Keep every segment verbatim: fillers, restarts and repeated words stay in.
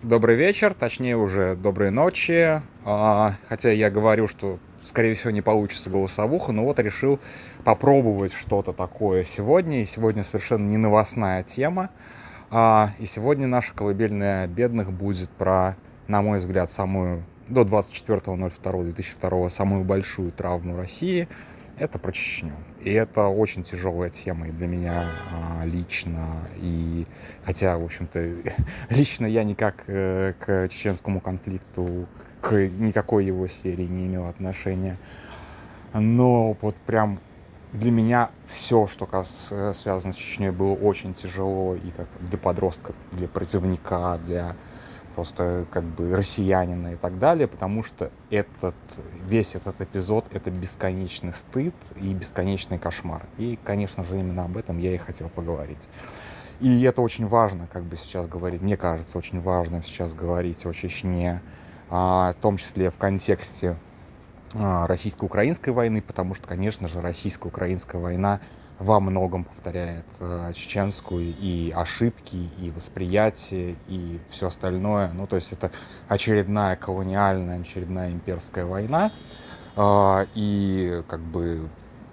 Добрый вечер, точнее уже доброй ночи. А, хотя я говорю, что, скорее всего, не получится голосовуха, но вот решил попробовать что-то такое сегодня. И сегодня совершенно не новостная тема. А, и сегодня наша колыбельная бедных будет про, на мой взгляд, самую до двадцать четвёртого ноль второго две тысячи второго самую большую травму России. Это про Чечню. И это очень тяжелая тема и для меня а, лично. И хотя, в общем-то, лично я никак э, к чеченскому конфликту, к никакой его серии не имел отношения. Но вот прям для меня все, что кас- связано с Чечней, было очень тяжело. И как для подростка, для призывника, для просто как бы россиянина и так далее, потому что этот, весь этот эпизод — это бесконечный стыд и бесконечный кошмар. И, конечно же, именно об этом я и хотел поговорить. И это очень важно, как бы сейчас говорить, мне кажется, очень важно сейчас говорить о Чечне, а, в том числе в контексте а, российско-украинской войны, потому что, конечно же, российско-украинская война во многом повторяет э, чеченскую, и ошибки, и восприятие, и все остальное. Ну, то есть это очередная колониальная, очередная имперская война. Э, и как бы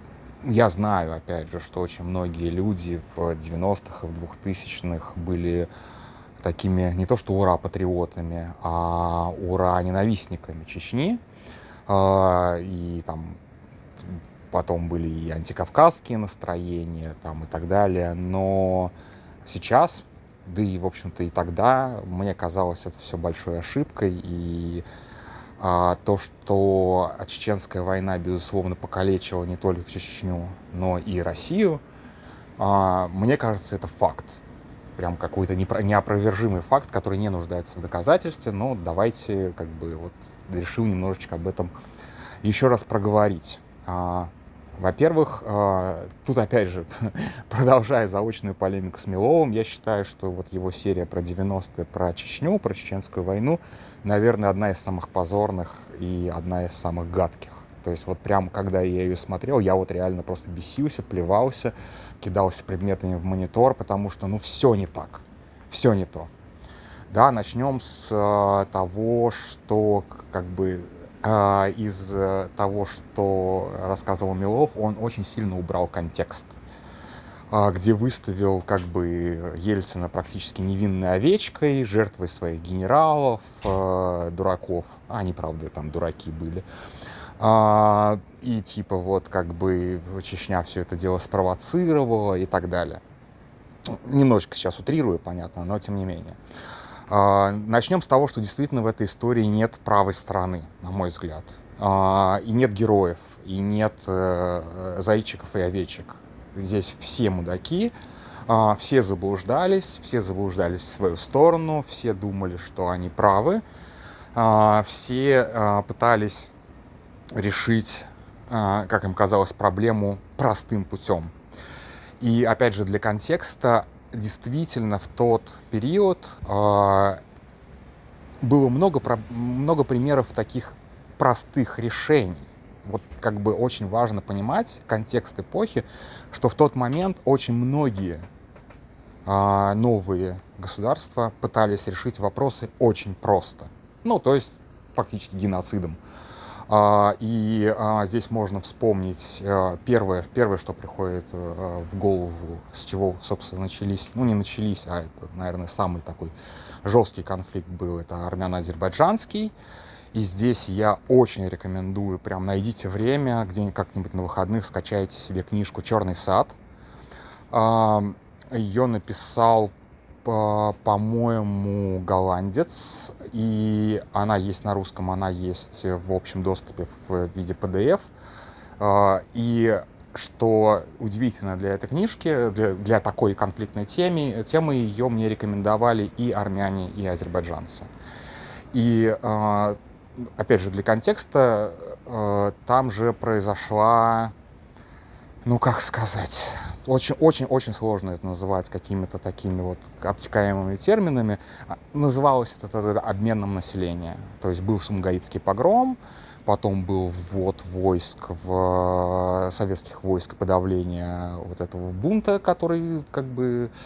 я знаю, опять же, что очень многие люди в девяностых и в двухтысячных были такими не то что ура-патриотами, а ура-ненавистниками Чечни. Э, и там потом были и антикавказские настроения там, и так далее, но сейчас, да и, в общем-то, и тогда, мне казалось это все большой ошибкой, и а, то, что чеченская война, безусловно, покалечила не только Чечню, но и Россию, а, мне кажется, это факт, прям какой-то непро- неопровержимый факт, который не нуждается в доказательстве, но давайте, как бы, вот, решил немножечко об этом еще раз проговорить. А, Во-первых, а, тут опять же, продолжая заочную полемику с Миловым, я считаю, что вот его серия про девяностые, про Чечню, про Чеченскую войну, наверное, одна из самых позорных и одна из самых гадких. То есть вот прям, когда я ее смотрел, я вот реально просто бесился, плевался, кидался предметами в монитор, потому что, ну, все не так, все не то. Да, начнем с э, того, что как бы э, из э, того, что рассказывал Милов, он очень сильно убрал контекст, э, где выставил как бы Ельцина практически невинной овечкой, жертвой своих генералов, э, дураков. А они, правда, там дураки были. А, и типа вот как бы Чечня все это дело спровоцировала и так далее. Немножечко сейчас утрирую, понятно, но тем не менее. Начнем с того, что действительно в этой истории нет правой стороны, на мой взгляд. И нет героев, и нет зайчиков и овечек. Здесь все мудаки, все заблуждались, все заблуждались в свою сторону, все думали, что они правы, все пытались решить, как им казалось, проблему простым путем. И опять же, для контекста, действительно в тот период э, было много, много примеров таких простых решений. Вот как бы очень важно понимать контекст эпохи, что в тот момент очень многие э, новые государства пытались решить вопросы очень просто. Ну, то есть фактически геноцидом. Uh, и uh, здесь можно вспомнить uh, первое, первое, что приходит uh, в голову, с чего, собственно, начались, ну, не начались, а это, наверное, самый такой жесткий конфликт был, это армяно-азербайджанский. И здесь я очень рекомендую, прям найдите время, где-нибудь как-нибудь на выходных скачайте себе книжку «Черный сад». Uh, ее написал, по-моему, голландец, и она есть на русском, она есть в общем доступе в виде пи ди эф. И что удивительно для этой книжки, для, для такой конфликтной темы, темы ее мне рекомендовали и армяне, и азербайджанцы. И опять же, для контекста, там же произошла, ну, как сказать, очень-очень-очень сложно это называть какими-то такими вот обтекаемыми терминами. Называлось это тогда обменом населения. То есть был Сумгаитский погром, потом был ввод войск, в советских войск, подавление вот этого бунта, который как бы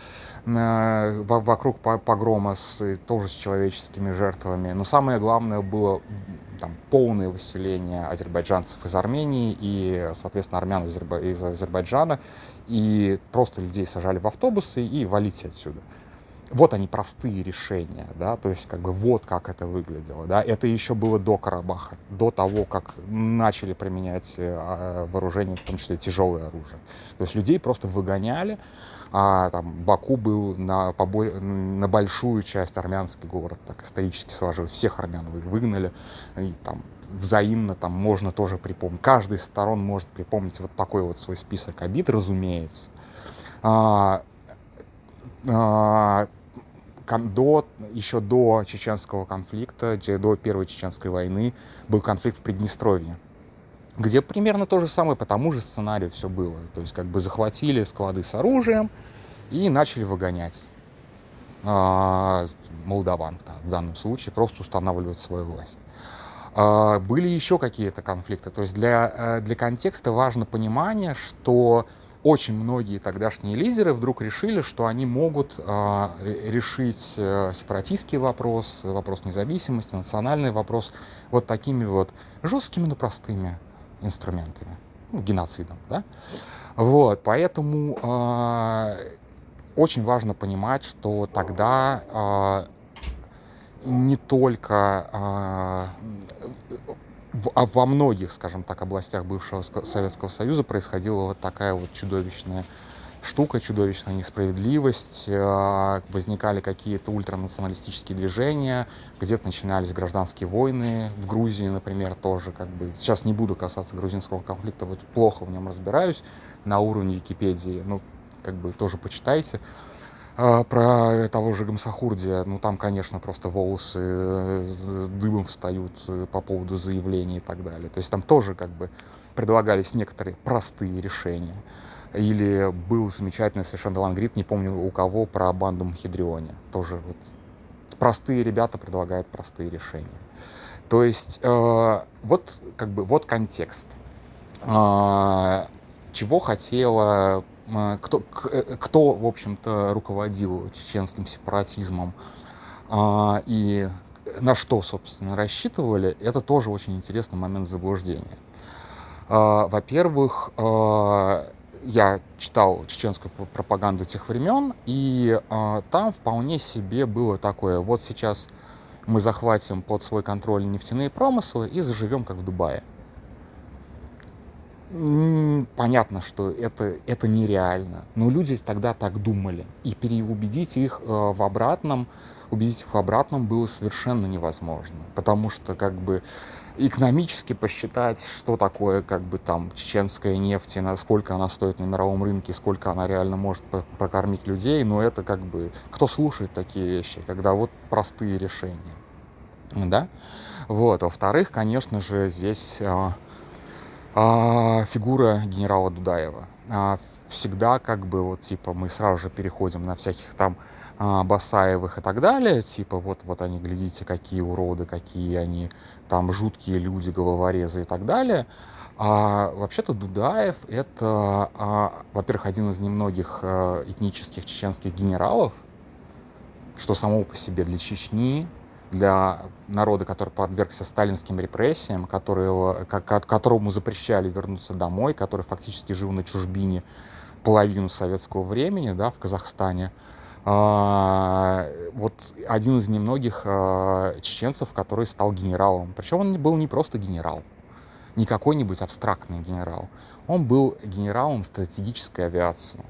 э, во- вокруг по- погрома с, тоже с человеческими жертвами. Но самое главное было там, полное выселение азербайджанцев из Армении и, соответственно, армян из, Азерба- из Азербайджана. И просто людей сажали в автобусы и валите отсюда. Вот они простые решения, да, то есть как бы вот как это выглядело, да, это еще было до Карабаха, до того, как начали применять э, вооружение, в том числе тяжелое оружие. То есть людей просто выгоняли, а там Баку был на, побо... на большую часть армянский город, так исторически сложилось, всех армян вы- выгнали, и там взаимно там можно тоже припомнить, каждая из сторон может припомнить вот такой вот свой список обид, разумеется. А, а, до, еще до чеченского конфликта, до Первой Чеченской войны был конфликт в Приднестровье, где примерно то же самое, по тому же сценарию все было. То есть как бы захватили склады с оружием и начали выгонять а, молдаван в данном случае, просто устанавливать свою власть. А, были еще какие-то конфликты. То есть для, для контекста важно понимание, что очень многие тогдашние лидеры вдруг решили, что они могут э, решить э, сепаратистский вопрос, вопрос независимости, национальный вопрос вот такими вот жесткими, но простыми инструментами, ну, геноцидом, да? Вот, поэтому э, очень важно понимать, что тогда э, не только э, в, а во многих, скажем так, областях бывшего Советского Союза происходила вот такая вот чудовищная штука, чудовищная несправедливость, возникали какие-то ультранационалистические движения, где-то начинались гражданские войны, в Грузии, например, тоже как бы. Сейчас не буду касаться грузинского конфликта, вот плохо в нем разбираюсь на уровне Википедии, ну, как бы тоже почитайте. Про того же Гамсахурдия, ну там, конечно, просто волосы дыбом встают по поводу заявлений и так далее. То есть там тоже как бы предлагались некоторые простые решения. Или был замечательный совершенно лангрид, не помню у кого, про банду Мхидрионе. Тоже вот простые ребята предлагают простые решения. То есть э, вот как бы вот контекст. Э, чего хотела Кто, кто, в общем-то, руководил чеченским сепаратизмом а, и на что, собственно, рассчитывали, это тоже очень интересный момент заблуждения. А, во-первых, а, я читал чеченскую пропаганду тех времен, и а, там вполне себе было такое: вот сейчас мы захватим под свой контроль нефтяные промыслы и заживем как в Дубае. Понятно, что это, это нереально, но люди тогда так думали, и переубедить их э, в обратном, убедить их в обратном было совершенно невозможно, потому что как бы экономически посчитать, что такое как бы там чеченская нефть, и сколько она стоит на мировом рынке, сколько она реально может прокормить людей, но это как бы, кто слушает такие вещи, когда вот простые решения, да? Вот, во-вторых, конечно же, здесь э, А, фигура генерала Дудаева. А, всегда как бы вот типа мы сразу же переходим на всяких там а, Басаевых и так далее, типа вот, вот они, глядите, какие уроды, какие они там жуткие люди, головорезы и так далее. А вообще-то Дудаев это, а, во-первых, один из немногих а, этнических чеченских генералов, что само по себе для Чечни, для народа, который подвергся сталинским репрессиям, которого, которому запрещали вернуться домой, который фактически жил на чужбине половину советского времени, да, в Казахстане. А, вот один из немногих а, чеченцев, который стал генералом. Причем он был не просто генерал, не какой-нибудь абстрактный генерал. Он был генералом стратегической авиации.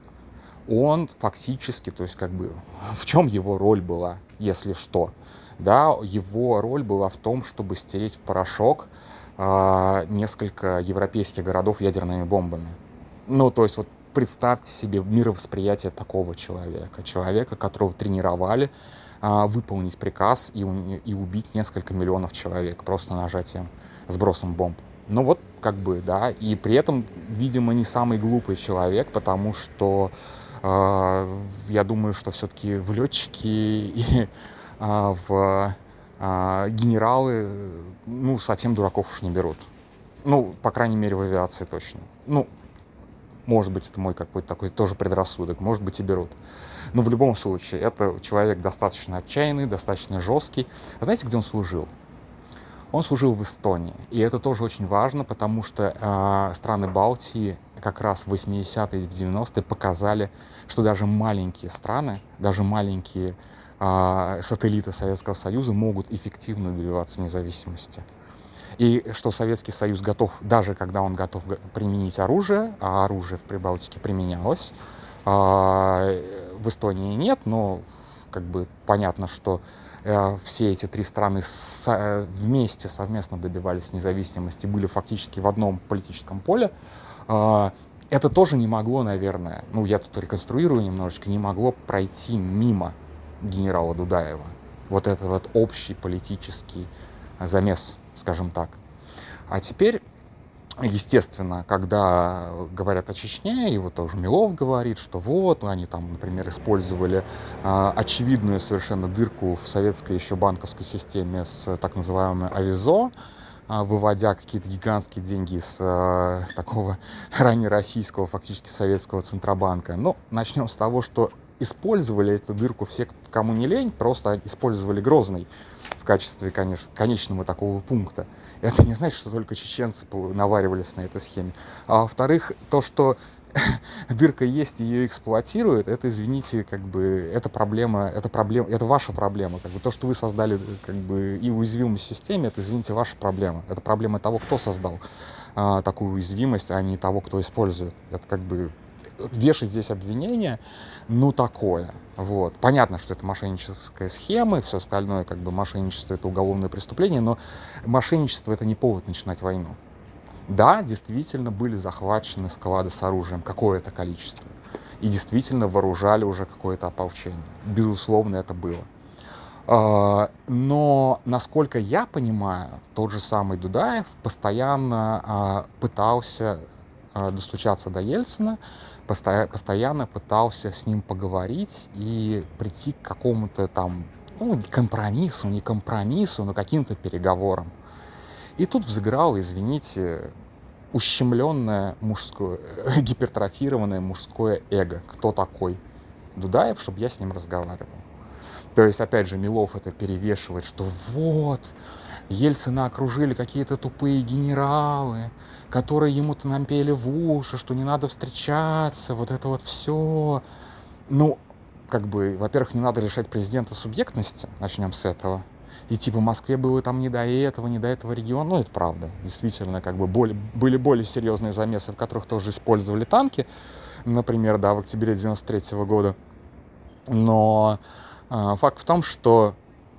Он фактически, то есть как бы, в чем его роль была, если что? Да, его роль была в том, чтобы стереть в порошок э, несколько европейских городов ядерными бомбами. Ну, то есть вот представьте себе мировосприятие такого человека, человека, которого тренировали э, выполнить приказ и, и убить несколько миллионов человек просто нажатием, сбросом бомб. Ну вот, как бы, да, и при этом, видимо, не самый глупый человек, потому что э, я думаю, что все-таки в летчики и э, в э, генералы, ну, совсем дураков уж не берут. Ну, по крайней мере, в авиации точно. Ну, может быть, это мой какой-то такой тоже предрассудок, может быть, и берут. Но в любом случае, это человек достаточно отчаянный, достаточно жесткий. А знаете, где он служил? Он служил в Эстонии. И это тоже очень важно, потому что э, страны Балтии как раз в восьмидесятые и в девяностые показали, что даже маленькие страны, даже маленькие э, сателлиты Советского Союза могут эффективно добиваться независимости. И что Советский Союз готов, даже когда он готов применить оружие, а оружие в Прибалтике применялось, э, в Эстонии нет, но как бы понятно, что все эти три страны со- вместе совместно добивались независимости, были фактически в одном политическом поле. Это тоже не могло, наверное, ну я тут реконструирую немножечко, не могло пройти мимо генерала Дудаева. Вот этот вот общий политический замес, скажем так. А теперь, естественно, когда говорят о Чечне, и вот тоже Милов говорит, что вот, они там, например, использовали а, очевидную совершенно дырку в советской еще банковской системе с так называемым Авизо, а, выводя какие-то гигантские деньги с а, такого раннероссийского, фактически советского Центробанка. Но начнем с того, что использовали эту дырку все, кому не лень, просто использовали Грозный в качестве, конечно, конечного такого пункта. Это не значит, что только чеченцы наваривались на этой схеме. А во-вторых, то, что дырка есть и ее эксплуатируют, это, извините, как бы, это проблема, это проблема, это ваша проблема. Как бы, то, что вы создали как бы, и уязвимость в системе, это, извините, ваша проблема. Это проблема того, кто создал а, такую уязвимость, а не того, кто использует. Это как бы вешать здесь обвинения, ну, такое. Вот. Понятно, что это мошенническая схема, и все остальное, как бы, мошенничество — это уголовное преступление, но мошенничество — это не повод начинать войну. Да, действительно были захвачены склады с оружием, какое-то количество, и действительно вооружали уже какое-то ополчение. Безусловно, это было. Но, насколько я понимаю, тот же самый Дудаев постоянно пытался достучаться до Ельцина, постоянно пытался с ним поговорить и прийти к какому-то там, ну, компромиссу, не компромиссу, но каким-то переговорам. И тут взыграл, извините, ущемленное мужское, гипертрофированное мужское эго. Кто такой Дудаев, чтобы я с ним разговаривал? То есть, опять же, Милов это перевешивает, что вот, Ельцина окружили какие-то тупые генералы, которые ему-то напели в уши, что не надо встречаться, вот это вот все. Ну, как бы, во-первых, не надо лишать президента субъектности, начнем с этого. И типа Москве было там не до этого, не до этого региона. Ну, это правда. Действительно, как бы более, были более серьезные замесы, в которых тоже использовали танки, например, да, в октябре девяносто третьего года. Но э, факт в том, что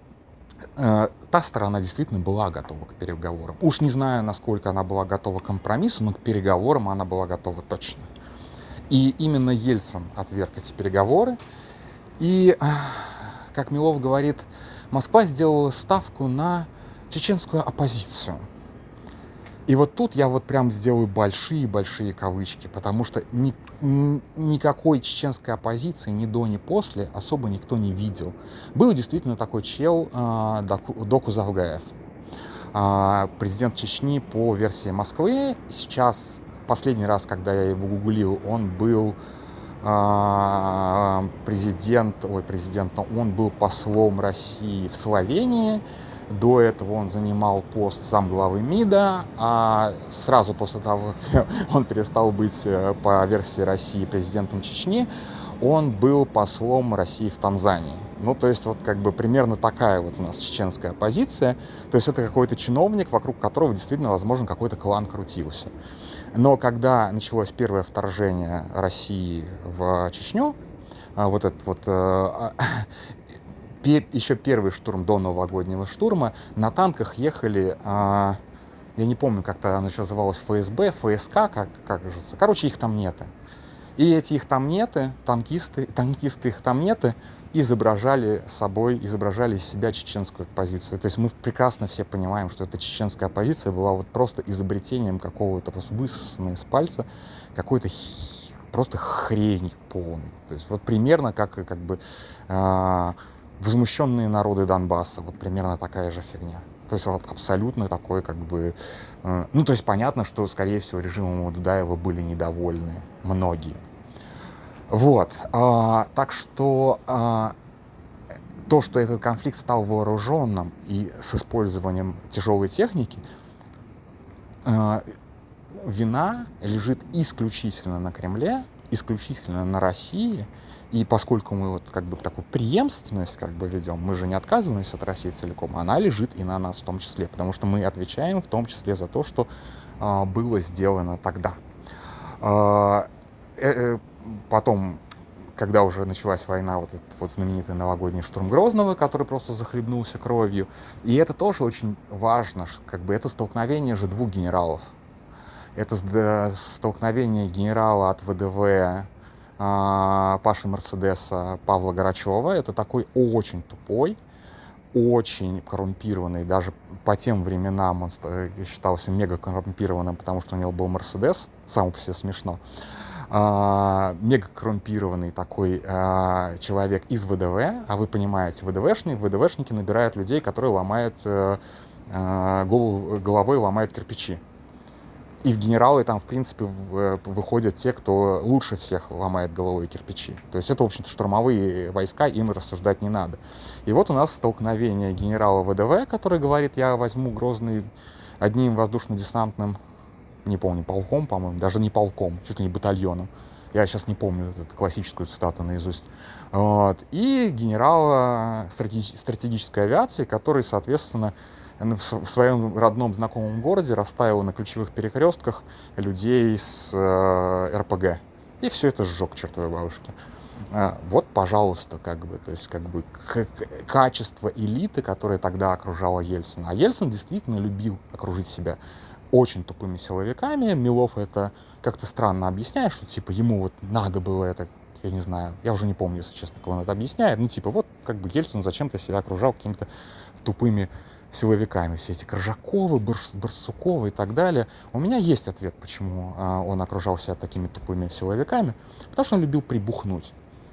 э, та сторона действительно была готова к переговорам. Уж не знаю, насколько она была готова к компромиссу, но к переговорам она была готова точно. И именно Ельцин отверг эти переговоры. И, как Милов говорит, Москва сделала ставку на чеченскую оппозицию. И вот тут я вот прям сделаю большие-большие кавычки, потому что ни, никакой чеченской оппозиции ни до, ни после особо никто не видел. Был действительно такой чел э, Доку, Доку Завгаев, э, президент Чечни по версии Москвы. Сейчас, последний раз, когда я его гуглил, он был э, президент, ой, президент, он был послом России в Словении. До этого он занимал пост замглавы МИДа, а сразу после того, как он перестал быть, по версии России, президентом Чечни, он был послом России в Танзании. Ну, то есть, вот как бы примерно такая вот у нас чеченская оппозиция. То есть, это какой-то чиновник, вокруг которого действительно, возможно, какой-то клан крутился. Но когда началось первое вторжение России в Чечню, вот этот вот... еще первый штурм до новогоднего штурма, на танках ехали, а, я не помню, как-то она еще называлась, ФСБ, ФСК, как, как же, короче, их там неты. И эти их там неты, танкисты, танкисты их там неты, изображали собой, изображали из себя чеченскую оппозицию. То есть мы прекрасно все понимаем, что эта чеченская оппозиция была вот просто изобретением какого-то, просто высосанной из пальца, какой-то х... просто хрень полной. То есть вот примерно как, как бы... А, возмущенные народы Донбасса, вот примерно такая же фигня. То есть вот абсолютно такой как бы... Э, ну, то есть понятно, что, скорее всего, режимом Дудаева были недовольны многие. Вот. А, так что а, то, что этот конфликт стал вооруженным и с использованием тяжелой техники, а, вина лежит исключительно на Кремле, исключительно на России. И поскольку мы вот как бы такую преемственность как бы ведем, мы же не отказываемся от России целиком, она лежит и на нас в том числе, потому что мы отвечаем в том числе за то, что а, было сделано тогда. А, э, э, потом, когда уже началась война, вот этот вот знаменитый новогодний штурм Грозного, который просто захлебнулся кровью, и это тоже очень важно, как бы это столкновение же двух генералов. Это столкновение генерала от ВДВ Паши Мерседеса Павла Грачева. Это такой очень тупой, очень коррумпированный, даже по тем временам он считался мега коррумпированным, потому что у него был Мерседес, сам по себе смешно. А, мега коррумпированный такой а, человек из ВДВ, а вы понимаете, ВДВшники, ВДВшники набирают людей, которые ломают, а, голову, головой ломают кирпичи. И в генералы там, в принципе, выходят те, кто лучше всех ломает головой кирпичи. То есть это, в общем-то, штурмовые войска, им рассуждать не надо. И вот у нас столкновение генерала ВДВ, который говорит, я возьму Грозный одним воздушно-десантным, не помню, полком, по-моему, даже не полком, чуть ли не батальоном. Я сейчас не помню эту классическую цитату наизусть. Вот. И генерала стратеги- стратегической авиации, который, соответственно, в своем родном знакомом городе расставил на ключевых перекрестках людей с э, эр пэ гэ. И все это сжег к чертовой бабушке. А, вот, пожалуйста, как бы, то есть, как бы, к- к- качество элиты, которая тогда окружала Ельцина. А Ельцин действительно любил окружить себя очень тупыми силовиками. Милов это как-то странно объясняет, что, типа, ему вот надо было это, я не знаю, я уже не помню, если честно, как он это объясняет. Ну, типа, вот, как бы, Ельцин зачем-то себя окружал какими-то тупыми силовиками, все эти Коржаковы, Барс, Барсуковы и так далее. У меня есть ответ, почему а, он окружал себя такими тупыми силовиками. Потому что он любил прибухнуть.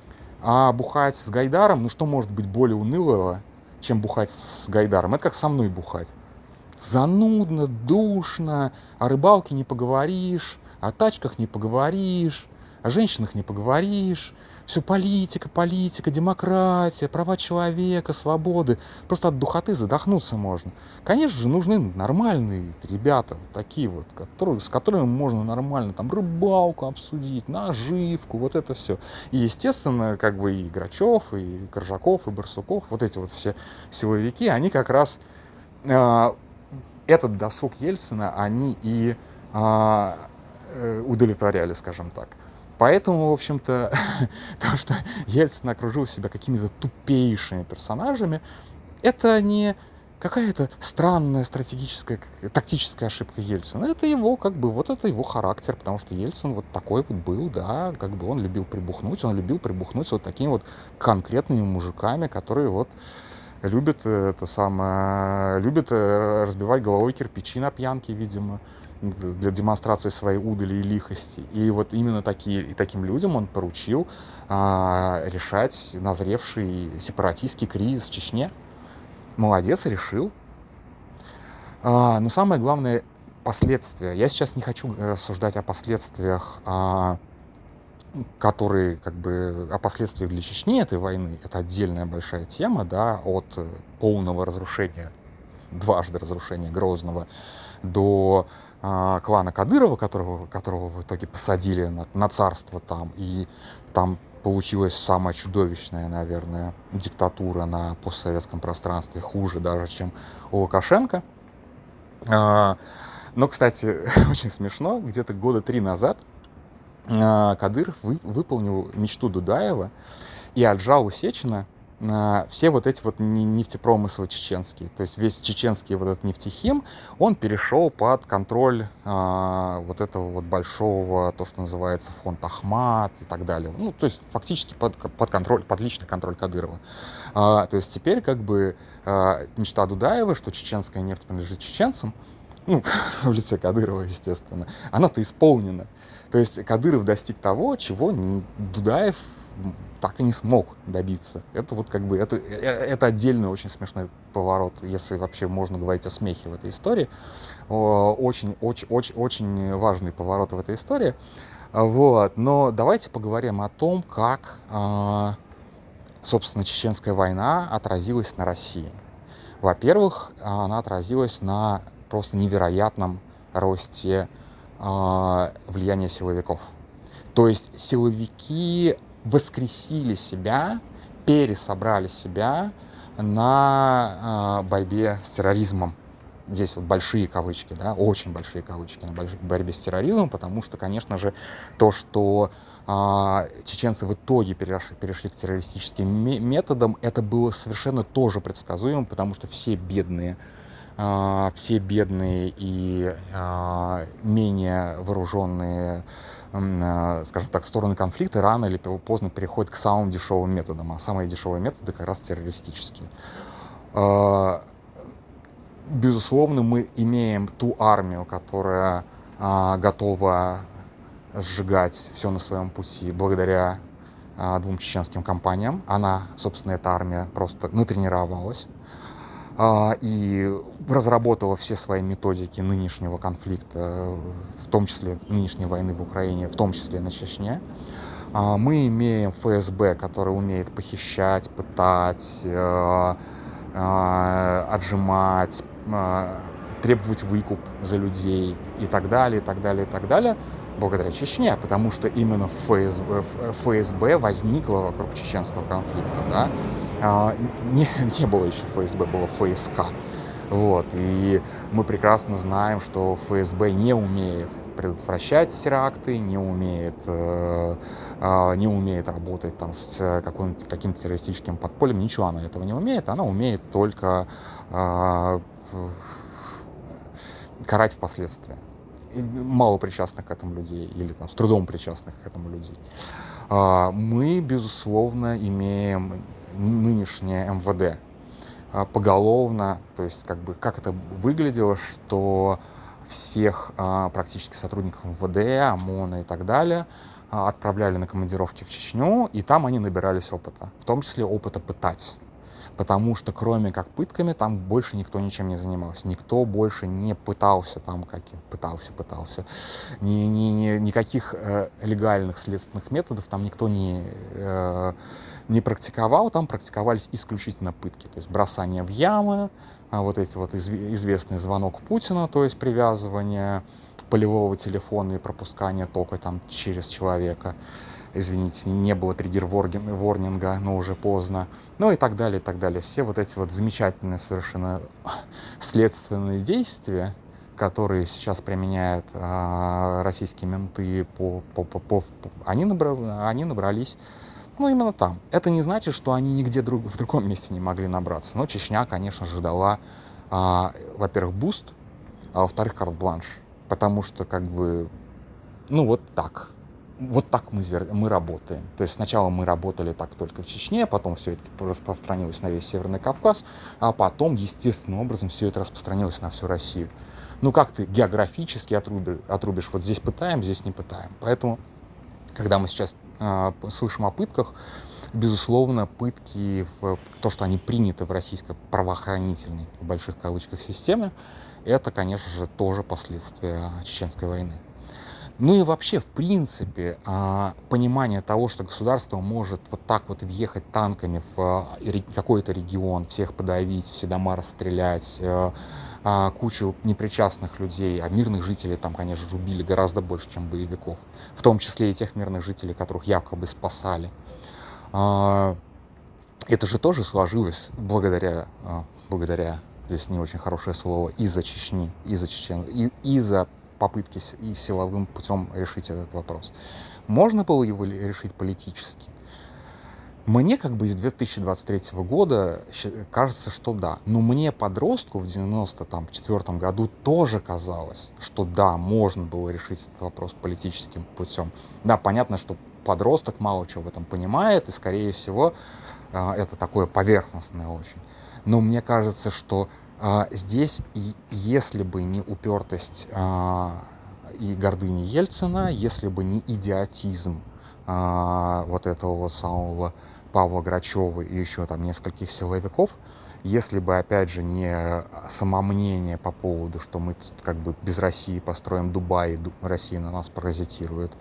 А бухать с Гайдаром, ну что может быть более унылого, чем бухать с Гайдаром? Это как со мной бухать. Занудно, душно, о рыбалке не поговоришь, о тачках не поговоришь, о женщинах не поговоришь. Все политика, политика, демократия, права человека, свободы. Просто от духоты задохнуться можно. Конечно же, нужны нормальные ребята, вот такие вот, которые, с которыми можно нормально там рыбалку обсудить, наживку, вот это все. И, естественно, как бы и Грачев, и Коржаков, и Барсуков, вот эти вот все силовики, они как раз э, этот досуг Ельцина, они и э, удовлетворяли, скажем так. Поэтому, в общем-то, то, что Ельцин окружил себя какими-то тупейшими персонажами, это не какая-то странная стратегическая, тактическая ошибка Ельцина. Это его, как бы, вот это его характер, потому что Ельцин вот такой вот был, да, как бы он любил прибухнуть, он любил прибухнуть вот такими вот конкретными мужиками, которые вот любят это самое, любят разбивать головой кирпичи на пьянке, видимо, для демонстрации своей удали и лихости. И вот именно такие, и таким людям он поручил а, решать назревший сепаратистский кризис в Чечне. Молодец, решил. А, но самое главное — последствия. Я сейчас не хочу рассуждать о последствиях, а, которые, как бы, о последствиях для Чечни этой войны. Это отдельная большая тема, да, от полного разрушения, дважды разрушения Грозного, до а, клана Кадырова, которого, которого в итоге посадили на, на царство там, и там получилась самая чудовищная, наверное, диктатура на постсоветском пространстве, хуже даже, чем у Лукашенко. А, но, кстати, очень смешно, где-то года три назад а, Кадыров вы, выполнил мечту Дудаева и отжал у Сечина на все вот эти вот нефтепромыслы чеченские. То есть весь чеченский вот этот нефтехим, он перешел под контроль а, вот этого вот большого, то, что называется фонд Ахмат и так далее. Ну, то есть фактически под, под контроль, под личный контроль Кадырова. А, то есть теперь как бы а, мечта Дудаева, что чеченская нефть принадлежит чеченцам, ну, в лице Кадырова, естественно, она-то исполнена. То есть Кадыров достиг того, чего Дудаев так и не смог добиться. Это вот как бы, это, это отдельный очень смешной поворот, если вообще можно говорить о смехе в этой истории. Очень, очень, очень, очень важный поворот в этой истории. Вот. Но давайте поговорим о том, как, собственно, Чеченская война отразилась на России. Во-первых, она отразилась на просто невероятном росте влияния силовиков. То есть силовики воскресили себя, пересобрали себя на борьбе с терроризмом. Здесь вот большие кавычки, да, очень большие кавычки на борьбе с терроризмом, потому что, конечно же, то, что а, чеченцы в итоге перешли, перешли к террористическим методам, это было совершенно тоже предсказуемо, потому что все бедные, а, все бедные и а, менее вооруженные, а, скажем так, стороны конфликта рано или поздно переходят к самым дешевым методам, а самые дешевые методы как раз террористические. А, Безусловно, мы имеем ту армию, которая а, готова сжигать все на своем пути благодаря а, двум чеченским компаниям. Она, собственно, эта армия просто натренировалась а, и разработала все свои методики нынешнего конфликта, в том числе нынешней войны в Украине, в том числе на Чечне. А, мы имеем эф эс бэ, который умеет похищать, пытать, а, а, отжимать, требовать выкуп за людей и так далее, и так далее, и так далее, благодаря Чечне, потому что именно эф эс бэ, эф эс бэ возникло вокруг чеченского конфликта, да. А, не, не было еще эф эс бэ, было эф эс ка. Вот, и мы прекрасно знаем, что эф эс бэ не умеет предотвращать теракты, не умеет, э, э, не умеет работать там с каким-то террористическим подпольем, ничего она этого не умеет, она умеет только э, карать впоследствии мало причастных к этому людей или там, с трудом причастных к этому людей. Э, мы, безусловно, имеем нынешнее эм вэ дэ поголовно, то есть как бы как это выглядело, что всех а, практически сотрудников эм вэ дэ, ОМОНа и так далее а, отправляли на командировки в Чечню, и там они набирались опыта, в том числе опыта пытать. Потому что кроме как пытками там больше никто ничем не занимался. Никто больше не пытался там, как пытался, пытался. Ни, ни, ни, никаких э, легальных следственных методов там никто не, э, не практиковал. Там практиковались исключительно пытки. То есть бросание в ямы, а вот эти вот изв- известный звонок Путина, то есть привязывание полевого телефона и пропускание тока там через человека. Извините, не было триггер-ворнинга, но уже поздно. Ну и так далее, и так далее. Все вот эти вот замечательные совершенно следственные действия, которые сейчас применяют а, российские менты, по, по, по, по, они, набра, они набрались, ну, именно там. Это не значит, что они нигде друг, в другом месте не могли набраться. Но Чечня, конечно же, дала, а, во-первых, буст, а во-вторых, карт-бланш. Потому что, как бы, ну, вот так. Вот так мы, мы работаем. То есть сначала мы работали так только в Чечне, потом все это распространилось на весь Северный Кавказ, а потом, естественным образом, все это распространилось на всю Россию. Ну, как ты географически отрубишь, отрубишь вот здесь пытаем, здесь не пытаем. Поэтому, когда мы сейчас э, слышим о пытках, безусловно, пытки, в, то, что они приняты в российской правоохранительной, в больших кавычках, системе, это, конечно же, тоже последствия Чеченской войны. Ну и вообще, в принципе, понимание того, что государство может вот так вот въехать танками в какой-то регион, всех подавить, все дома расстрелять, кучу непричастных людей, а мирных жителей там, конечно же, убили гораздо больше, чем боевиков, в том числе и тех мирных жителей, которых якобы спасали. Это же тоже сложилось благодаря, благодаря, здесь не очень хорошее слово, из-за Чечни, из-за Чечен, из-за попытки и силовым путем решить этот вопрос. Можно было его решить политически? Мне как бы из две тысячи двадцать третьего года кажется, что да. Но мне, подростку, в девяносто четвёртом году тоже казалось, что да, можно было решить этот вопрос политическим путем. Да, понятно, что подросток мало чего в этом понимает, и, скорее всего, это такое поверхностное очень. Но мне кажется, что А, здесь, и если бы не упертость а, и гордыня Ельцина, если бы не идиотизм а, вот этого вот самого Павла Грачева и еще там нескольких силовиков, если бы, опять же, не самомнение по поводу, что мы тут как бы без России построим Дубай, и Россия на нас паразитирует,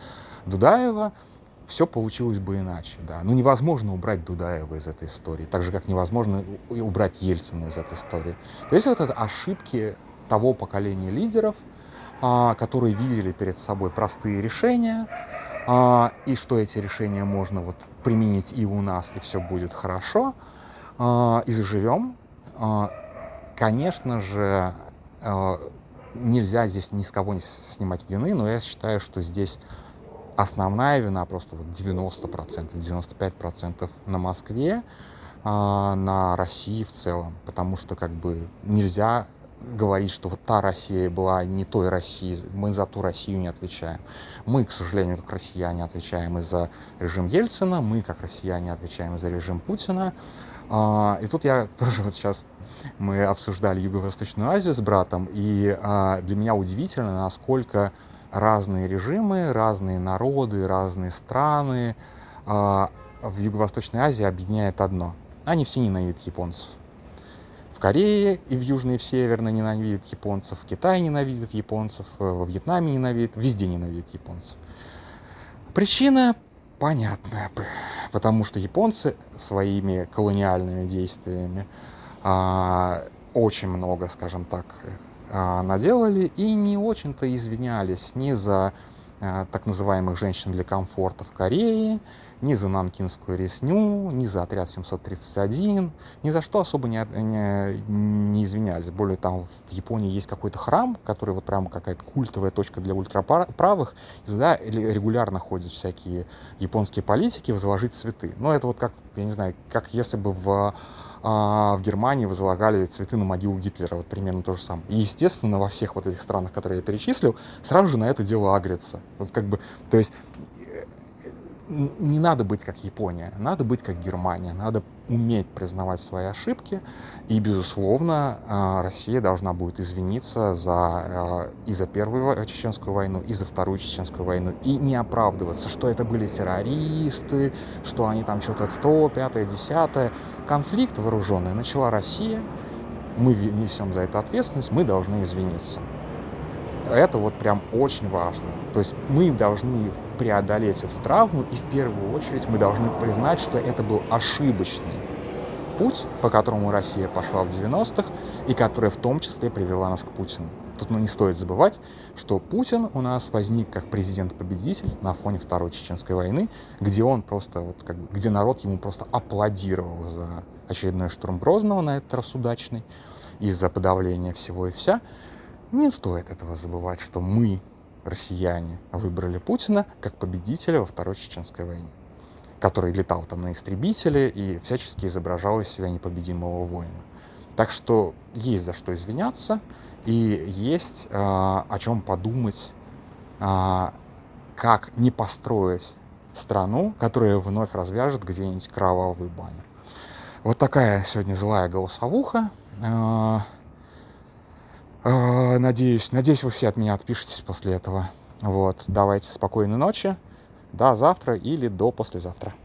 Дудаева, все получилось бы иначе, да. Но невозможно убрать Дудаева из этой истории, так же, как невозможно убрать Ельцина из этой истории. То есть вот это ошибки того поколения лидеров, которые видели перед собой простые решения, и что эти решения можно вот применить и у нас, и все будет хорошо, и заживем. Конечно же, нельзя здесь ни с кого не снимать вины, но я считаю, что здесь основная вина просто вот девяносто процентов, девяносто пять процентов на Москве, на России в целом, потому что как бы нельзя говорить, что вот та Россия была не той Россией, мы за ту Россию не отвечаем. Мы, к сожалению, как россияне, отвечаем и за режим Ельцина, мы, как россияне, отвечаем и за режим Путина. И тут я тоже вот сейчас, мы обсуждали Юго-Восточную Азию с братом, и для меня удивительно, насколько разные режимы, разные народы, разные страны в Юго-Восточной Азии объединяет одно. Они все ненавидят японцев. В Корее и в Южной, и в Северной ненавидят японцев, в Китае ненавидят японцев, во Вьетнаме ненавидят, везде ненавидят японцев. Причина понятная, потому что японцы своими колониальными действиями а, очень много, скажем так, а, наделали и не очень-то извинялись ни за а, так называемых женщин для комфорта в Корее, ни за Нанкинскую резню, ни за отряд семьсот тридцать один, ни за что особо не, не, не извинялись. Более того, в Японии есть какой-то храм, который вот прямо какая-то культовая точка для ультраправых, и туда регулярно ходят всякие японские политики возложить цветы. Но это вот как, я не знаю, как если бы в, в Германии возлагали цветы на могилу Гитлера, вот примерно то же самое. И, естественно, во всех вот этих странах, которые я перечислил, сразу же на это дело агрятся. Вот как бы, то есть не надо быть как Япония, надо быть как Германия, надо уметь признавать свои ошибки, и, безусловно, Россия должна будет извиниться за, и за Первую Чеченскую войну, и за Вторую Чеченскую войну, и не оправдываться, что это были террористы, что они там что-то то, пятое, десятое. Конфликт вооруженный начала Россия, мы несем за это ответственность, мы должны извиниться. Это вот прям очень важно. То есть мы должны преодолеть эту травму, и в первую очередь мы должны признать, что это был ошибочный путь, по которому Россия пошла в девяностых, и который в том числе привела нас к Путину. Тут ну, не стоит забывать, что Путин у нас возник как президент-победитель на фоне Второй Чеченской войны, где он просто, вот, как бы, где народ ему просто аплодировал за очередной штурм Грозного, на этот раз удачный, и за подавление всего и вся. Не стоит этого забывать, что мы, россияне, выбрали Путина как победителя во Второй Чеченской войне, который летал там на истребителе и всячески изображал из себя непобедимого воина. Так что есть за что извиняться, и есть э, о чем подумать, э, как не построить страну, которая вновь развяжет где-нибудь кровавую баню. Вот такая сегодня злая голосовуха. Э, Надеюсь, надеюсь, вы все от меня отпишетесь после этого. Вот, давайте спокойной ночи, до завтра или до послезавтра.